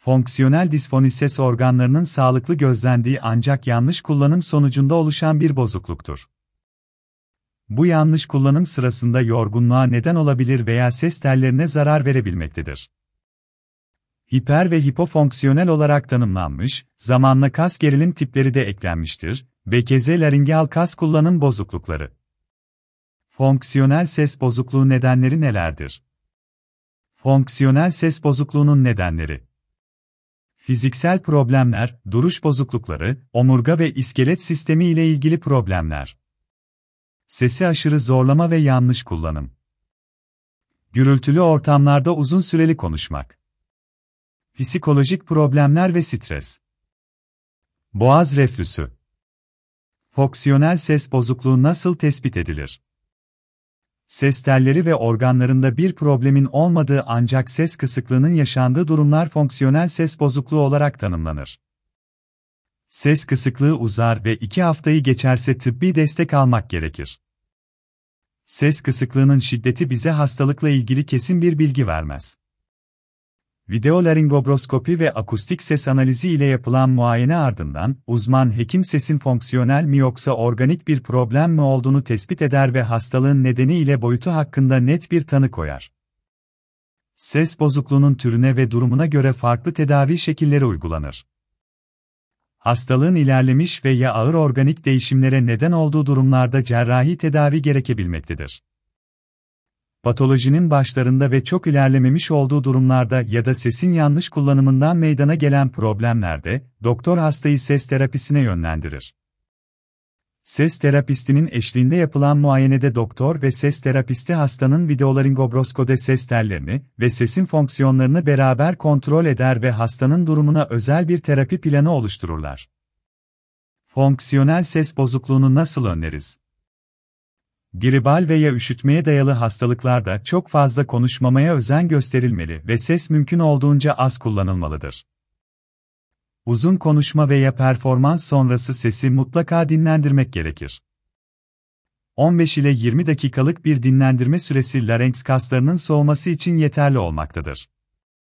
Fonksiyonel disfoni ses organlarının sağlıklı gözlendiği ancak yanlış kullanım sonucunda oluşan bir bozukluktur. Bu yanlış kullanım sırasında yorgunluğa neden olabilir veya ses tellerine zarar verebilmektedir. Hiper ve hipofonksiyonel olarak tanımlanmış, zamanla kas gerilim tipleri de eklenmiştir. BKZ laringeal kas kullanım bozuklukları. Fonksiyonel ses bozukluğu nedenleri nelerdir? Fonksiyonel ses bozukluğunun nedenleri: fiziksel problemler, duruş bozuklukları, omurga ve iskelet sistemi ile ilgili problemler. Sesi aşırı zorlama ve yanlış kullanım. Gürültülü ortamlarda uzun süreli konuşmak. Psikolojik problemler ve stres. Boğaz reflüsü. Fonksiyonel ses bozukluğu nasıl tespit edilir? Ses telleri ve organlarında bir problemin olmadığı ancak ses kısıklığının yaşandığı durumlar fonksiyonel ses bozukluğu olarak tanımlanır. Ses kısıklığı uzar ve 2 haftayı geçerse tıbbi destek almak gerekir. Ses kısıklığının şiddeti bize hastalıkla ilgili kesin bir bilgi vermez. Videolaringobroskopi ve akustik ses analizi ile yapılan muayene ardından, uzman hekim sesin fonksiyonel mi yoksa organik bir problem mi olduğunu tespit eder ve hastalığın nedeni ile boyutu hakkında net bir tanı koyar. Ses bozukluğunun türüne ve durumuna göre farklı tedavi şekilleri uygulanır. Hastalığın ilerlemiş ve ya ağır organik değişimlere neden olduğu durumlarda cerrahi tedavi gerekebilmektedir. Patolojinin başlarında ve çok ilerlememiş olduğu durumlarda ya da sesin yanlış kullanımından meydana gelen problemlerde, doktor hastayı ses terapisine yönlendirir. Ses terapistinin eşliğinde yapılan muayenede doktor ve ses terapisti hastanın videolaringobroskopide ses tellerini ve sesin fonksiyonlarını beraber kontrol eder ve hastanın durumuna özel bir terapi planı oluştururlar. Fonksiyonel ses bozukluğunu nasıl önleriz? Gribal veya üşütmeye dayalı hastalıklarda çok fazla konuşmamaya özen gösterilmeli ve ses mümkün olduğunca az kullanılmalıdır. Uzun konuşma veya performans sonrası sesi mutlaka dinlendirmek gerekir. 15 ile 20 dakikalık bir dinlendirme süresi larynx kaslarının soğuması için yeterli olmaktadır.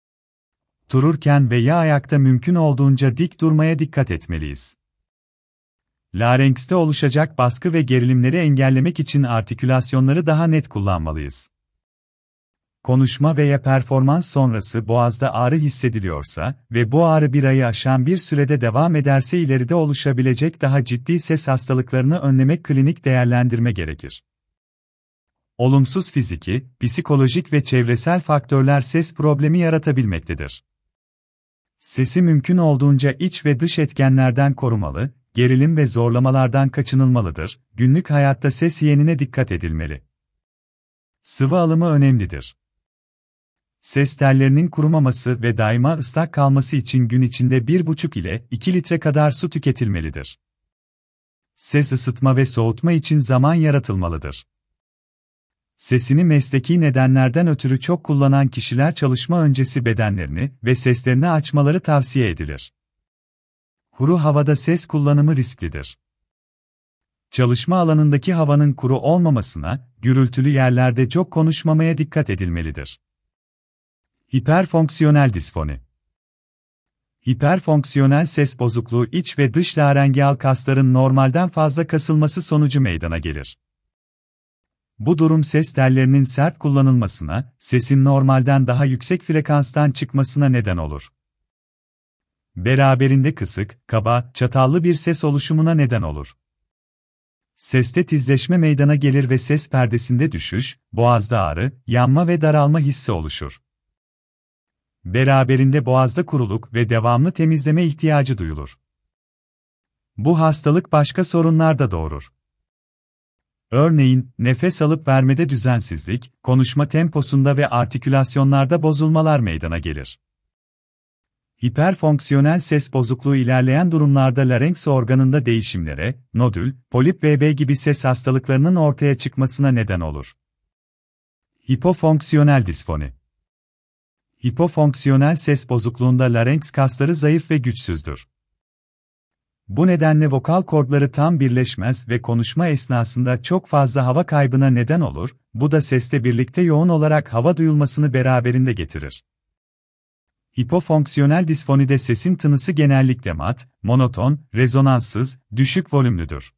Dururken veya ayakta mümkün olduğunca dik durmaya dikkat etmeliyiz. Larynx'te oluşacak baskı ve gerilimleri engellemek için artikülasyonları daha net kullanmalıyız. Konuşma veya performans sonrası boğazda ağrı hissediliyorsa ve bu ağrı bir ayı aşan bir sürede devam ederse ileride oluşabilecek daha ciddi ses hastalıklarını önlemek klinik değerlendirme gerekir. Olumsuz fiziki, psikolojik ve çevresel faktörler ses problemi yaratabilmektedir. Sesi mümkün olduğunca iç ve dış etkenlerden korumalı, gerilim ve zorlamalardan kaçınılmalıdır, günlük hayatta ses hiyenine dikkat edilmeli. Sıvı alımı önemlidir. Ses tellerinin kurumaması ve daima ıslak kalması için gün içinde 1,5 ile 2 litre kadar su tüketilmelidir. Ses ısıtma ve soğutma için zaman yaratılmalıdır. Sesini mesleki nedenlerden ötürü çok kullanan kişiler çalışma öncesi bedenlerini ve seslerini açmaları tavsiye edilir. Kuru havada ses kullanımı risklidir. Çalışma alanındaki havanın kuru olmamasına, gürültülü yerlerde çok konuşmamaya dikkat edilmelidir. Hiperfonksiyonel disfoni. Hiperfonksiyonel ses bozukluğu iç ve dış larengeal kasların normalden fazla kasılması sonucu meydana gelir. Bu durum ses tellerinin sert kullanılmasına, sesin normalden daha yüksek frekanstan çıkmasına neden olur. Beraberinde kısık, kaba, çatallı bir ses oluşumuna neden olur. Seste tizleşme meydana gelir ve ses perdesinde düşüş, boğazda ağrı, yanma ve daralma hissi oluşur. Beraberinde boğazda kuruluk ve devamlı temizleme ihtiyacı duyulur. Bu hastalık başka sorunlar da doğurur. Örneğin, nefes alıp vermede düzensizlik, konuşma temposunda ve artikülasyonlarda bozulmalar meydana gelir. Hiperfonksiyonel ses bozukluğu ilerleyen durumlarda larynx organında değişimlere, nodül, polip VB gibi ses hastalıklarının ortaya çıkmasına neden olur. Hipofonksiyonel disfoni. Hipofonksiyonel ses bozukluğunda larynx kasları zayıf ve güçsüzdür. Bu nedenle vokal kordları tam birleşmez ve konuşma esnasında çok fazla hava kaybına neden olur, bu da sesle birlikte yoğun olarak hava duyulmasını beraberinde getirir. Hipofonksiyonel disfonide sesin tınısı genellikle mat, monoton, rezonanssız, düşük volümlüdür.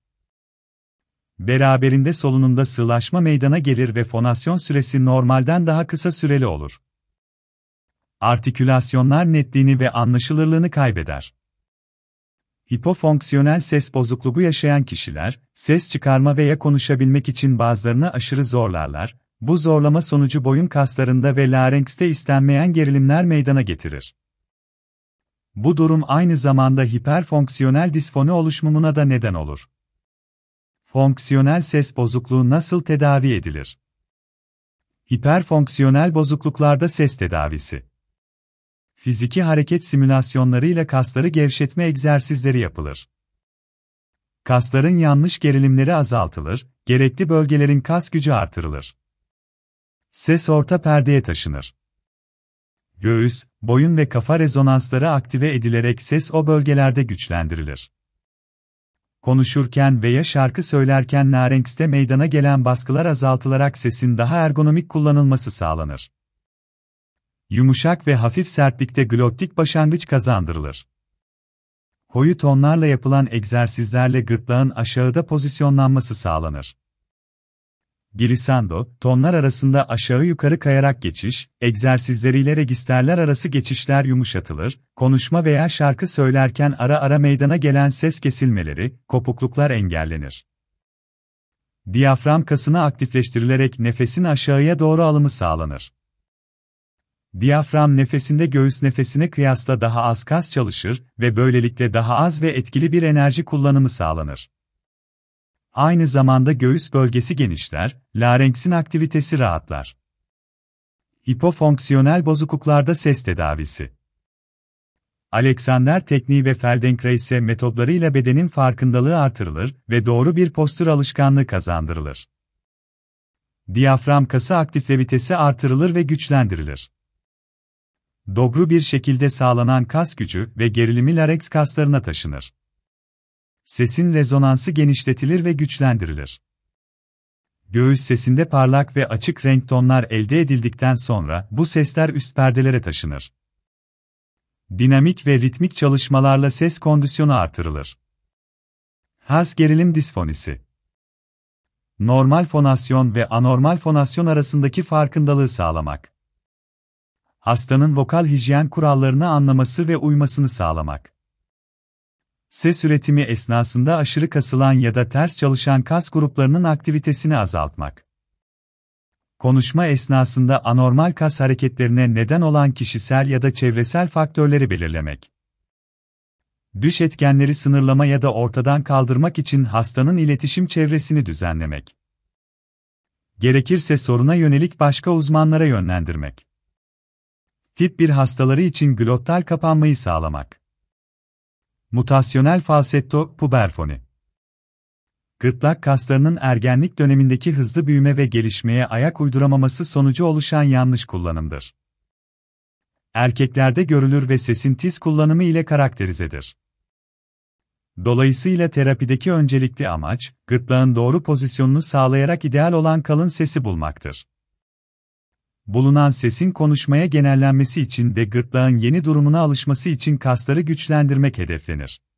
Beraberinde solunumda sığlaşma meydana gelir ve fonasyon süresi normalden daha kısa süreli olur. Artikülasyonlar netliğini ve anlaşılırlığını kaybeder. Hipofonksiyonel ses bozukluğu yaşayan kişiler, ses çıkarma veya konuşabilmek için bazılarını aşırı zorlarlar. Bu zorlama sonucu boyun kaslarında ve larenkste istenmeyen gerilimler meydana getirir. Bu durum aynı zamanda hiperfonksiyonel disfoni oluşumuna da neden olur. Fonksiyonel ses bozukluğu nasıl tedavi edilir? Hiperfonksiyonel bozukluklarda ses tedavisi. Fiziki hareket simülasyonlarıyla kasları gevşetme egzersizleri yapılır. Kasların yanlış gerilimleri azaltılır, gerekli bölgelerin kas gücü artırılır. Ses orta perdeye taşınır. Göğüs, boyun ve kafa rezonansları aktive edilerek ses o bölgelerde güçlendirilir. Konuşurken veya şarkı söylerken larenkste meydana gelen baskılar azaltılarak sesin daha ergonomik kullanılması sağlanır. Yumuşak ve hafif sertlikte glottik başlangıç kazandırılır. Koyu tonlarla yapılan egzersizlerle gırtlağın aşağıda pozisyonlanması sağlanır. Glissando, tonlar arasında aşağı yukarı kayarak geçiş, egzersizleriyle registerler arası geçişler yumuşatılır, konuşma veya şarkı söylerken ara ara meydana gelen ses kesilmeleri, kopukluklar engellenir. Diyafram kasını aktifleştirilerek nefesin aşağıya doğru alımı sağlanır. Diyafram nefesinde göğüs nefesine kıyasla daha az kas çalışır ve böylelikle daha az ve etkili bir enerji kullanımı sağlanır. Aynı zamanda göğüs bölgesi genişler, larenksin aktivitesi rahatlar. Hipofonksiyonel bozukluklarda ses tedavisi. Alexander tekniği ve Feldenkrais metodlarıyla bedenin farkındalığı artırılır ve doğru bir postür alışkanlığı kazandırılır. Diyafram kası aktifitesi artırılır ve güçlendirilir. Doğru bir şekilde sağlanan kas gücü ve gerilimi lareks kaslarına taşınır. Sesin rezonansı genişletilir ve güçlendirilir. Göğüs sesinde parlak ve açık renk tonlar elde edildikten sonra bu sesler üst perdelere taşınır. Dinamik ve ritmik çalışmalarla ses kondisyonu artırılır. Has gerilim disfonisi. Normal fonasyon ve anormal fonasyon arasındaki farkındalığı sağlamak. Hastanın vokal hijyen kurallarını anlaması ve uymasını sağlamak. Ses üretimi esnasında aşırı kasılan ya da ters çalışan kas gruplarının aktivitesini azaltmak. Konuşma esnasında anormal kas hareketlerine neden olan kişisel ya da çevresel faktörleri belirlemek. Dış etkenleri sınırlama ya da ortadan kaldırmak için hastanın iletişim çevresini düzenlemek. Gerekirse soruna yönelik başka uzmanlara yönlendirmek. Tip 1 hastaları için glottal kapanmayı sağlamak. Mutasyonel falsetto puberfoni. Gırtlak kaslarının ergenlik dönemindeki hızlı büyüme ve gelişmeye ayak uyduramaması sonucu oluşan yanlış kullanımdır. Erkeklerde görülür ve sesin tiz kullanımı ile karakterizedir. Dolayısıyla terapideki öncelikli amaç, gırtlağın doğru pozisyonunu sağlayarak ideal olan kalın sesi bulmaktır. Bulunan sesin konuşmaya genellenmesi için de gırtlağın yeni durumuna alışması için kasları güçlendirmek hedeflenir.